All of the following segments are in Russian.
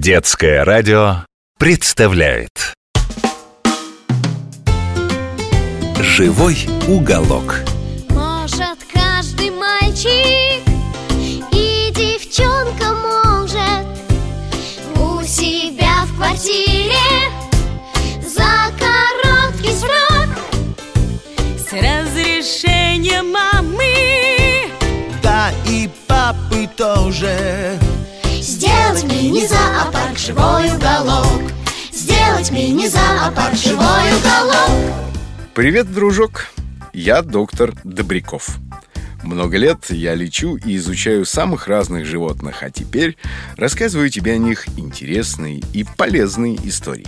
Детское радио представляет «Живой уголок». Может каждый мальчик и девчонка может у себя в квартире за короткий срок с разрешения мамы, да и папы тоже сделать мини-зоопарк «Живой уголок». Сделать мини-зоопарк «Живой уголок». Привет, дружок! Я доктор Добряков. Много лет я лечу и изучаю самых разных животных, а теперь рассказываю тебе о них интересные и полезные истории.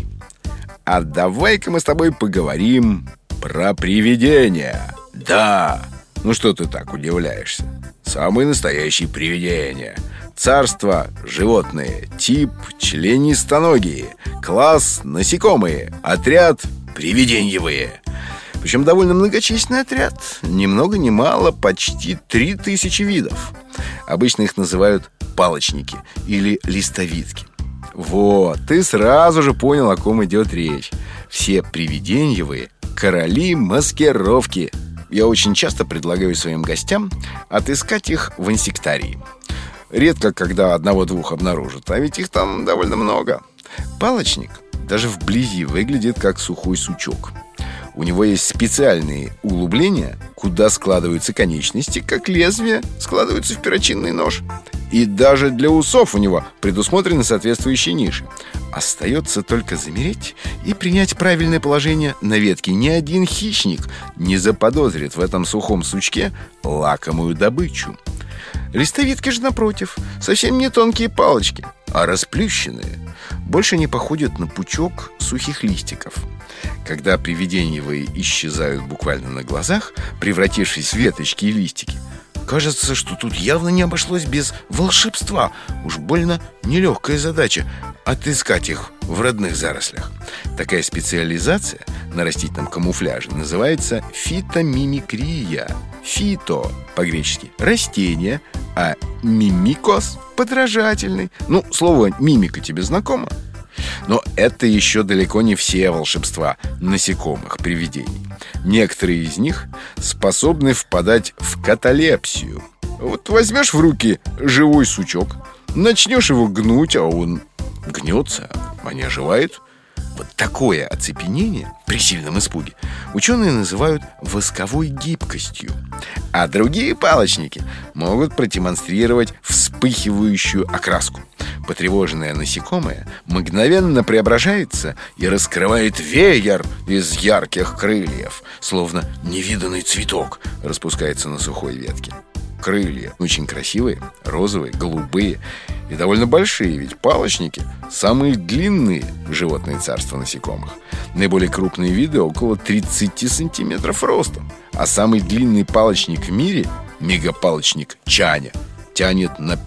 А давай-ка мы с тобой поговорим про привидения. Да, ну что ты так удивляешься? Самые настоящие привидения. Царство – животные, тип – членистоногие, класс – насекомые, отряд – привиденьевые. Причем довольно многочисленный отряд, ни много ни мало, почти 3000 видов. Обычно их называют палочники или листовидки. Вот, ты сразу же понял, о ком идет речь. Все привиденьевые – короли маскировки. Я очень часто предлагаю своим гостям отыскать их в инсектарии. Редко, когда одного-двух обнаружат, а ведь их там довольно много. Палочник даже вблизи выглядит как сухой сучок. У него есть специальные углубления, куда складываются конечности, как лезвие складываются в перочинный нож. И даже для усов у него предусмотрены соответствующие ниши. Остается только замереть и принять правильное положение на ветке. Ни один хищник не заподозрит в этом сухом сучке лакомую добычу. Листовидки же, напротив, совсем не тонкие палочки, а расплющенные. Больше не походят на пучок сухих листиков. Когда привиденьевые исчезают буквально на глазах, превратившись в веточки и листики, кажется, что тут явно не обошлось без волшебства. Уж больно нелегкая задача отыскать их в родных зарослях. Такая специализация на растительном камуфляже называется фитомимикрия. Фито по-гречески растение, а мимикос подражательный. Ну, слово мимика тебе знакомо? Но это еще далеко не все волшебства насекомых, привидений. Некоторые из них способны впадать в каталепсию. Вот возьмешь в руки живой сучок, начнешь его гнуть, а он гнется, а не оживает. Вот такое оцепенение при сильном испуге ученые называют восковой гибкостью. А другие палочники могут продемонстрировать вспыхивающую окраску. Потревоженное насекомое мгновенно преображается и раскрывает веер из ярких крыльев, словно невиданный цветок распускается на сухой ветке. Крылья очень красивые, розовые, голубые и довольно большие, ведь палочники – самые длинные животные царства насекомых. Наиболее крупные виды около 30 сантиметров ростом, а самый длинный палочник в мире – мегапалочник Чаня – тянет на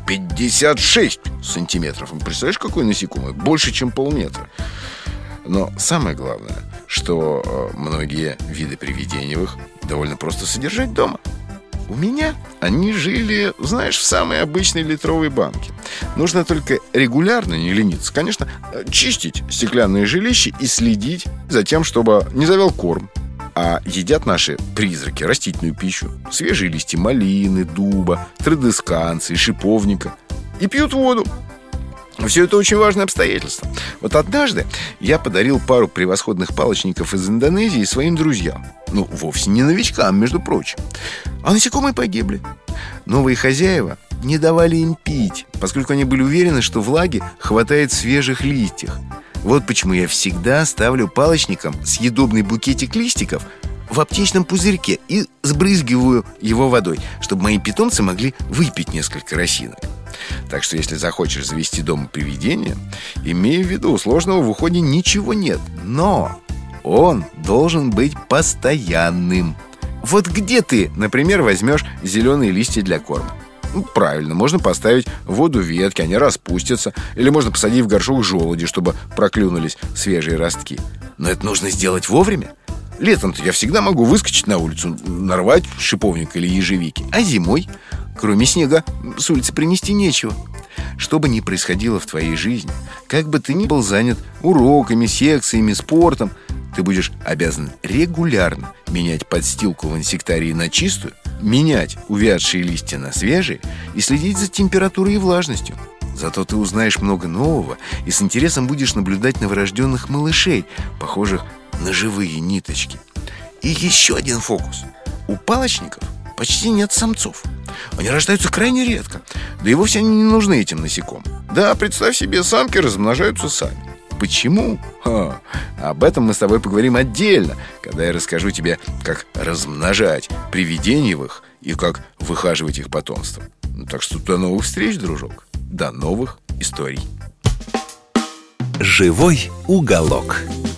56 сантиметров. Представляешь, какой насекомый? Больше, чем полметра. Но самое главное, что многие виды привиденьевых довольно просто содержать дома. У меня они жили, знаешь, в самой обычной литровой банке. Нужно только регулярно, не лениться, конечно, чистить стеклянные жилища и следить за тем, чтобы не завял корм. А едят наши призраки растительную пищу. Свежие листья малины, дуба, традесканции, шиповника. И пьют воду. Все это очень важное обстоятельство. Вот однажды я подарил пару превосходных палочников из Индонезии своим друзьям. Ну, вовсе не новичкам, между прочим. А насекомые погибли. Новые хозяева не давали им пить, поскольку они были уверены, что влаги хватает в свежих листьях. Вот почему я всегда ставлю палочникам съедобный букетик листиков в аптечном пузырьке и сбрызгиваю его водой, чтобы мои питомцы могли выпить несколько росинок. Так что если захочешь завести дома привидение, имей в виду, сложного в уходе ничего нет. Но он должен быть постоянным. Вот где ты, например, возьмешь зеленые листья для корма? Ну, правильно, можно поставить в воду ветки, они распустятся. Или можно посадить в горшок желуди, чтобы проклюнулись свежие ростки. Но это нужно сделать вовремя. Летом-то я всегда могу выскочить на улицу, нарвать шиповник или ежевики. А зимой, кроме снега, с улицы принести нечего. Что бы ни происходило в твоей жизни, как бы ты ни был занят уроками, секциями, спортом, ты будешь обязан регулярно менять подстилку в инсектарии на чистую, менять увядшие листья на свежие и следить за температурой и влажностью. Зато ты узнаешь много нового и с интересом будешь наблюдать новорожденных малышей, похожих на живые ниточки. И еще один фокус. У палочников почти нет самцов. Они рождаются крайне редко, да и вовсе они не нужны этим насекомым. Да, представь себе, самки размножаются сами. Почему? Об этом мы с тобой поговорим отдельно, когда я расскажу тебе, как размножать привидениевых и как выхаживать их потомство. Так что до новых встреч, дружок. До новых историй. Живой уголок.